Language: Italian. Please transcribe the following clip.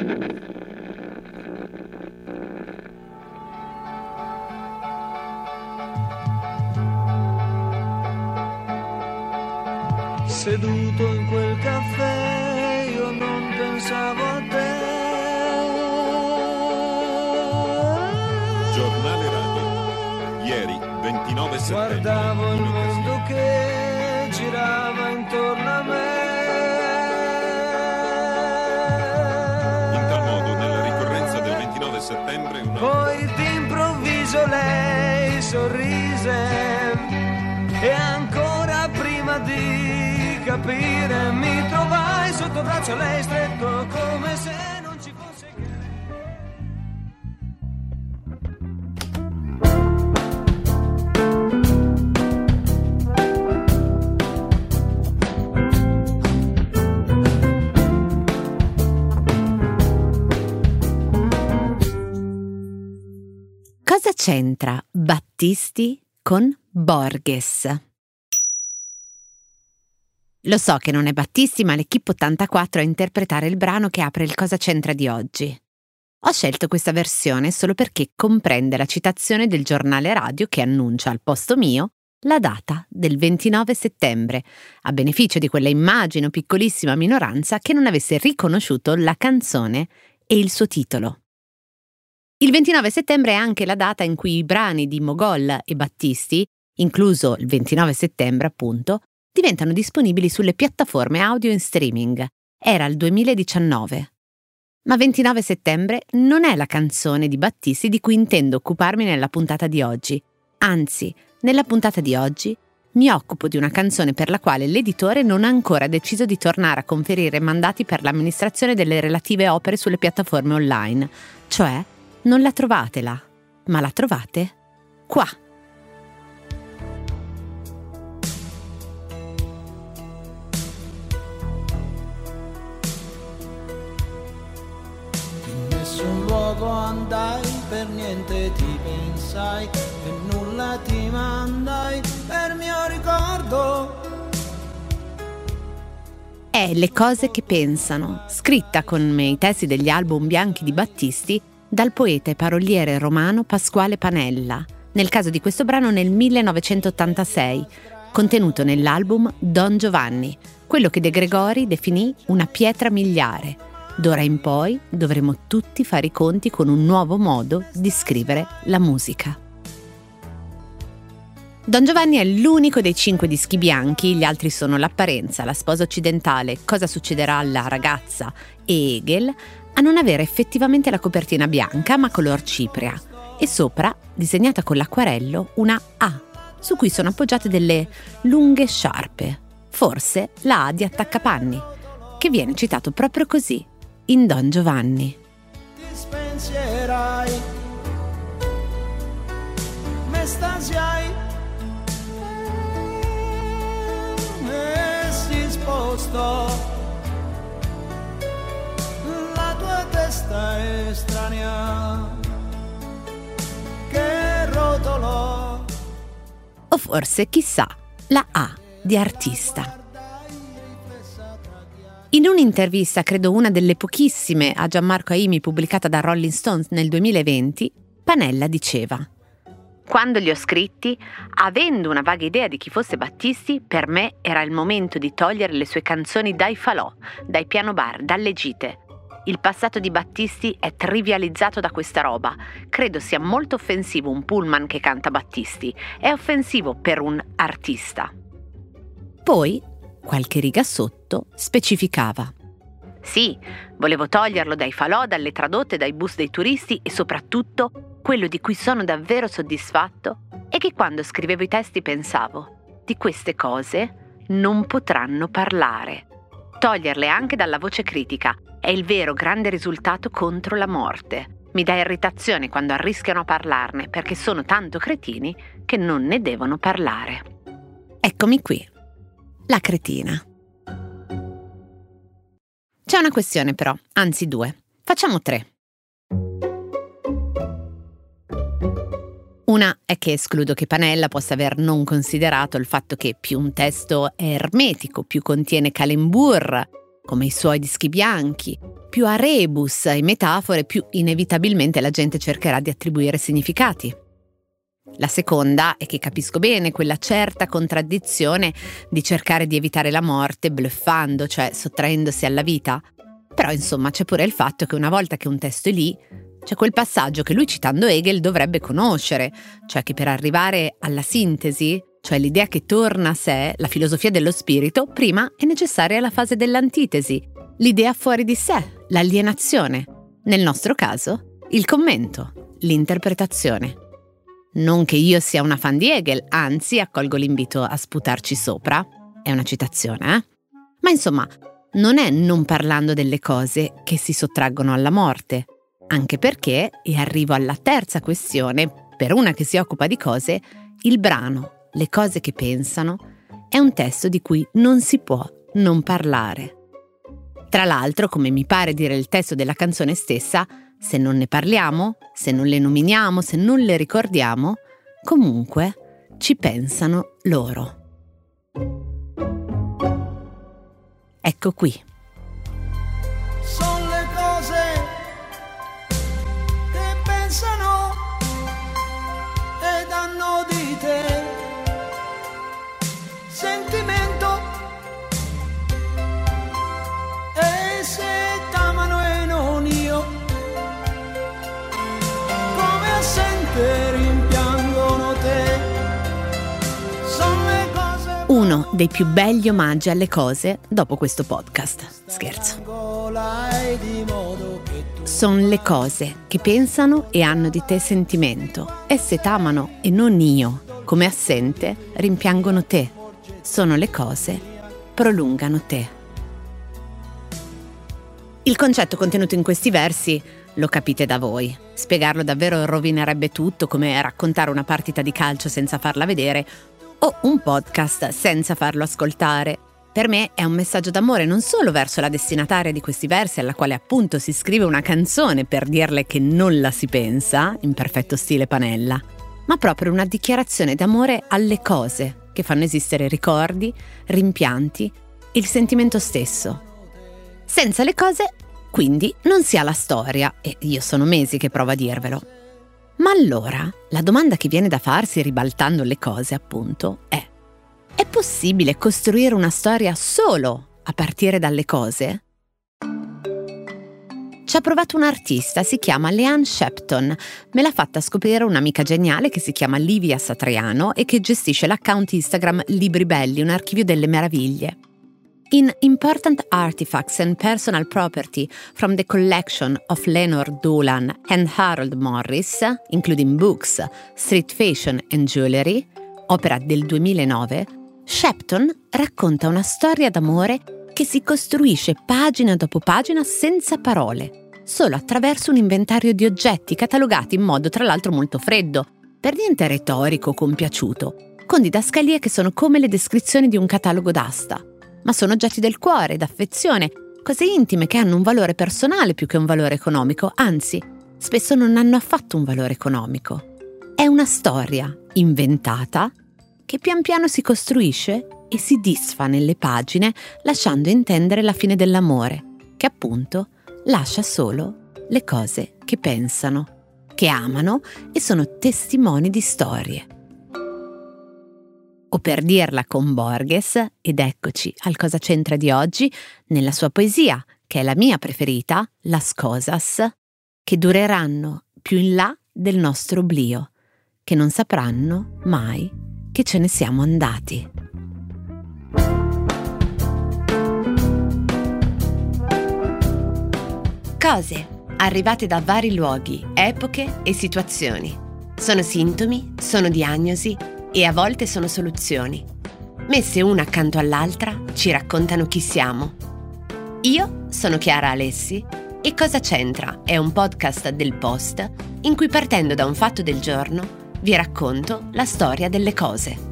Seduto in quel caffè io non pensavo a te. Giornale radio. Ieri, 29 settembre. Guardavo il mondo che girava intorno a me. In tal modo, nella ricorrenza del 29 settembre, Poi d'improvviso lei sorrise e ancora prima di capire mi trovai sotto braccio a lei stretto come se non ci fosse Cosa c'entra Battisti con Borges? Lo so che non è Battisti, ma l'Equipe 84 a interpretare il brano che apre il Cosa c'entra di oggi. Ho scelto questa versione solo perché comprende la citazione del giornale radio che annuncia al posto mio la data del 29 settembre, a beneficio di quella, immagino, piccolissima minoranza che non avesse riconosciuto la canzone e il suo titolo. Il 29 settembre è anche la data in cui i brani di Mogol e Battisti, incluso il 29 settembre appunto, diventano disponibili sulle piattaforme audio in streaming. Era il 2019. Ma 29 settembre non è la canzone di Battisti di cui intendo occuparmi nella puntata di oggi. Anzi, nella puntata di oggi mi occupo di una canzone per la quale l'editore non ha ancora deciso di tornare a conferire mandati per l'amministrazione delle relative opere sulle piattaforme online. Cioè, non la trovate là, ma la trovate qua. nessun luogo andai, per niente ti pensai e nulla ti mandai per mio ricordo. È Le cose che pensano, scritta con i testi degli album bianchi di Battisti dal poeta e paroliere romano Pasquale Panella, nel caso di questo brano nel 1986, contenuto nell'album Don Giovanni, quello che De Gregori definì una pietra miliare. D'ora in poi dovremo tutti fare i conti con un nuovo modo di scrivere la musica. Don Giovanni è l'unico dei 5 dischi bianchi, gli altri sono L'apparenza, La sposa occidentale, Cosa succederà alla ragazza e Hegel, a non avere effettivamente la copertina bianca ma color cipria e sopra, disegnata con l'acquarello, una A, su cui sono appoggiate delle lunghe sciarpe, forse la A di Attaccapanni, che viene citato proprio così in Don Giovanni. Ti spensierai, m'estasiai e si spostò la tua testa estranea che rotolò. O forse, chissà, la A di artista. In un'intervista, credo una delle pochissime, a Gianmarco Aimi pubblicata da Rolling Stones nel 2020, Panella diceva: «Quando li ho scritti, avendo una vaga idea di chi fosse Battisti, per me era il momento di togliere le sue canzoni dai falò, dai piano bar, dalle gite. Il passato di Battisti è trivializzato da questa roba. Credo sia molto offensivo un pullman che canta Battisti. È offensivo per un artista». Poi, qualche riga sotto, specificava: «Sì, volevo toglierlo dai falò, dalle tradotte, dai bus dei turisti e soprattutto quello di cui sono davvero soddisfatto è che quando scrivevo i testi pensavo: di queste cose non potranno parlare. Toglierle anche dalla voce critica è il vero grande risultato contro la morte. Mi dà irritazione quando arrischiano a parlarne perché sono tanto cretini che non ne devono parlare». Eccomi qui, la cretina. C'è una questione però, anzi 2. Facciamo 3. Una è che escludo che Panella possa aver non considerato il fatto che più un testo è ermetico, più contiene calembour, come i suoi dischi bianchi. Più a rebus e metafore, più inevitabilmente la gente cercherà di attribuire significati. La seconda è che capisco bene quella certa contraddizione di cercare di evitare la morte bluffando, cioè sottraendosi alla vita. Però insomma c'è pure il fatto che una volta che un testo è lì, c'è quel passaggio che lui, citando Hegel, dovrebbe conoscere, cioè che per arrivare alla sintesi, cioè l'idea che torna a sé, la filosofia dello spirito, prima è necessaria la fase dell'antitesi, l'idea fuori di sé, l'alienazione. Nel nostro caso, il commento, l'interpretazione. Non che io sia una fan di Hegel, anzi accolgo l'invito a sputarci sopra. È una citazione, eh? Ma insomma, non è non parlando delle cose che si sottraggono alla morte, anche perché, e arrivo alla terza questione, per una che si occupa di cose, il brano Le cose che pensano è un testo di cui non si può non parlare. Tra l'altro, come mi pare dire il testo della canzone stessa, se non ne parliamo, se non le nominiamo, se non le ricordiamo, comunque ci pensano loro. Ecco qui. Sono le cose che pensano ed hanno di te sentimento e se t'amano e non io come assente rimpiangono te. Sono le cose. Uno dei più belli omaggi alle cose dopo questo podcast. Scherzo. Sono le cose che pensano e hanno di te sentimento. Esse t'amano e non io. Come assente rimpiangono te. Sono le cose, prolungano te. Il concetto contenuto in questi versi lo capite da voi. Spiegarlo davvero rovinerebbe tutto, come raccontare una partita di calcio senza farla vedere o un podcast senza farlo ascoltare. Per me è un messaggio d'amore non solo verso la destinataria di questi versi, alla quale appunto si scrive una canzone per dirle che non la si pensa, in perfetto stile Panella, ma proprio una dichiarazione d'amore alle cose che fanno esistere ricordi, rimpianti, il sentimento stesso. Senza le cose, quindi, non si ha la storia, e io sono mesi che provo a dirvelo. Ma allora, la domanda che viene da farsi ribaltando le cose, appunto, è possibile costruire una storia solo a partire dalle cose? Ci ha provato un artista, si chiama Leanne Shepton. Me l'ha fatta scoprire un'amica geniale che si chiama Livia Satriano e che gestisce l'account Instagram Libri Belli, un archivio delle meraviglie. In Important Artifacts and Personal Property from the Collection of Leonard Dolan and Harold Morris, including books, street fashion and jewelry, opera del 2009, Shepton racconta una storia d'amore che si costruisce pagina dopo pagina senza parole, solo attraverso un inventario di oggetti catalogati in modo tra l'altro molto freddo, per niente retorico o compiaciuto, con didascalie che sono come le descrizioni di un catalogo d'asta, ma sono oggetti del cuore, d'affezione, cose intime che hanno un valore personale più che un valore economico, anzi, spesso non hanno affatto un valore economico. È una storia inventata che pian piano si costruisce e si disfa nelle pagine, lasciando intendere la fine dell'amore, che appunto lascia solo le cose che pensano, che amano e sono testimoni di storie. O per dirla con Borges, ed eccoci al Cosa c'entra di oggi, nella sua poesia, che è la mia preferita, Las cosas, che dureranno più in là del nostro oblio, che non sapranno mai che ce ne siamo andati. Cose arrivate da vari luoghi, epoche e situazioni. Sono sintomi, sono diagnosi e a volte sono soluzioni. Messe una accanto all'altra ci raccontano chi siamo. Io sono Chiara Alessi e Cosa c'entra è un podcast del Post in cui, partendo da un fatto del giorno, vi racconto la storia delle cose.